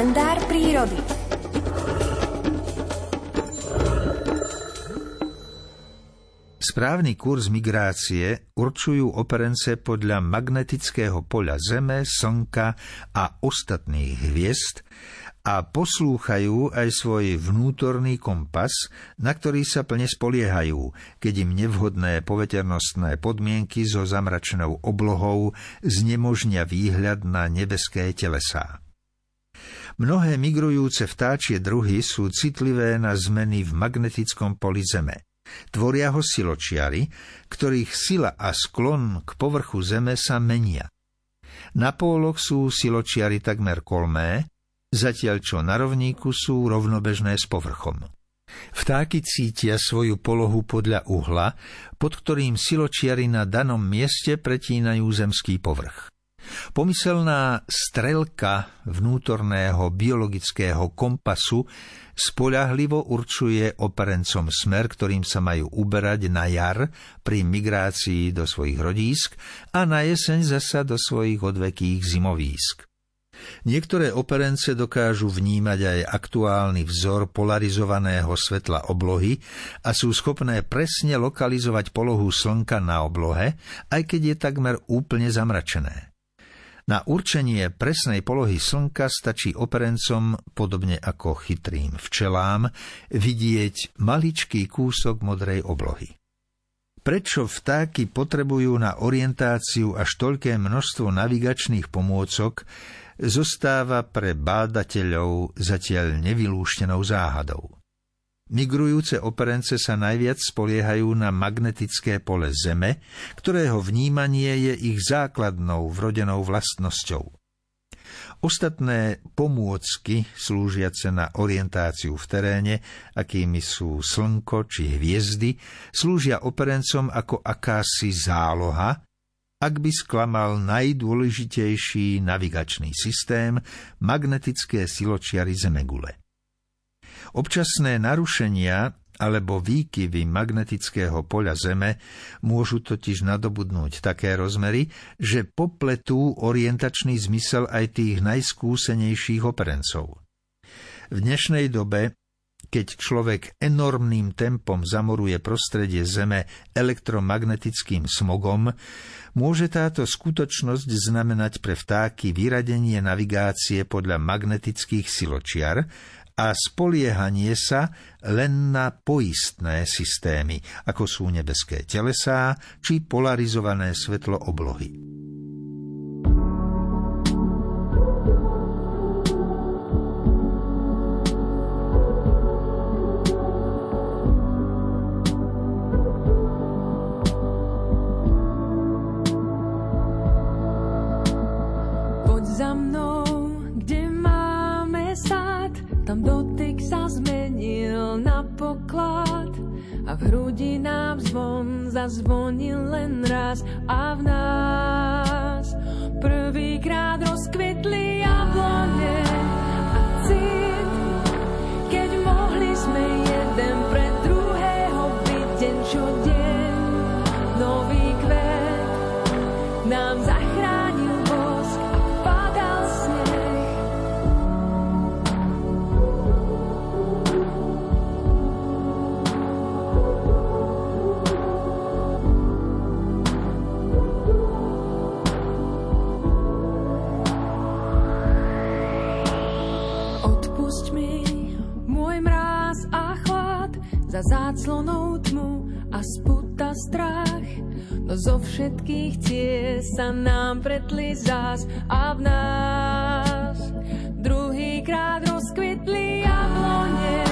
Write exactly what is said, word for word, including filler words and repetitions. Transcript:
Kalendár prírody. Správny kurz migrácie určujú operence podľa magnetického poľa Zeme, Slnka a ostatných hviezd a poslúchajú aj svoj vnútorný kompas, na ktorý sa plne spoliehajú, keď im nevhodné poveternostné podmienky so zamračenou oblohou znemožnia výhľad na nebeské telesá. Mnohé migrujúce vtáčie druhy sú citlivé na zmeny v magnetickom poli Zeme. Tvoria ho siločiari, ktorých sila a sklon k povrchu Zeme sa menia. Na póloch sú siločiari takmer kolmé, zatiaľ čo na rovníku sú rovnobežné s povrchom. Vtáky cítia svoju polohu podľa uhla, pod ktorým siločiari na danom mieste pretínajú zemský povrch. Pomyselná strelka vnútorného biologického kompasu spoľahlivo určuje operencom smer, ktorým sa majú uberať na jar pri migrácii do svojich rodísk a na jeseň zasa do svojich odvekých zimovísk. Niektoré operence dokážu vnímať aj aktuálny vzor polarizovaného svetla oblohy a sú schopné presne lokalizovať polohu Slnka na oblohe, aj keď je takmer úplne zamračené. Na určenie presnej polohy Slnka stačí operencom, podobne ako chytrým včelám, vidieť maličký kúsok modrej oblohy. Prečo vtáky potrebujú na orientáciu až toľké množstvo navigačných pomôcok, zostáva pre bádateľov zatiaľ nevylúštenou záhadou. Migrujúce operence sa najviac spoliehajú na magnetické pole Zeme, ktorého vnímanie je ich základnou vrodenou vlastnosťou. Ostatné pomôcky slúžiace na orientáciu v teréne, akými sú Slnko či hviezdy, slúžia operencom ako akási záloha, ak by sklamal najdôležitejší navigačný systém, magnetické siločiary Zemegule. Občasné narušenia alebo výkyvy magnetického poľa Zeme môžu totiž nadobudnúť také rozmery, že popletú orientačný zmysel aj tých najskúsenejších operencov. V dnešnej dobe, keď človek enormným tempom zamoruje prostredie Zeme elektromagnetickým smogom, môže táto skutočnosť znamenať pre vtáky vyradenie navigácie podľa magnetických siločiar a spoliehanie sa len na poistné systémy, ako sú nebeské telesá či polarizované svetlo oblohy. Poď za mnou, kde máme sád, tam dotyk sa zmenil na poklad a v hrudi nám zvon zazvonil len raz a v nás prvýkrát rozkvetli jablone a cít, keď mohli sme jeden pre druhého byť deň čo deň. Nový kvet nám zachránil bosk a padal sneh. Odpusť mi môj mráz a chlad, za záclonou tmu a sputa strach, no zo všetkých ciest sa nám pretli zás a v nás druhýkrát rozkvetli jablone.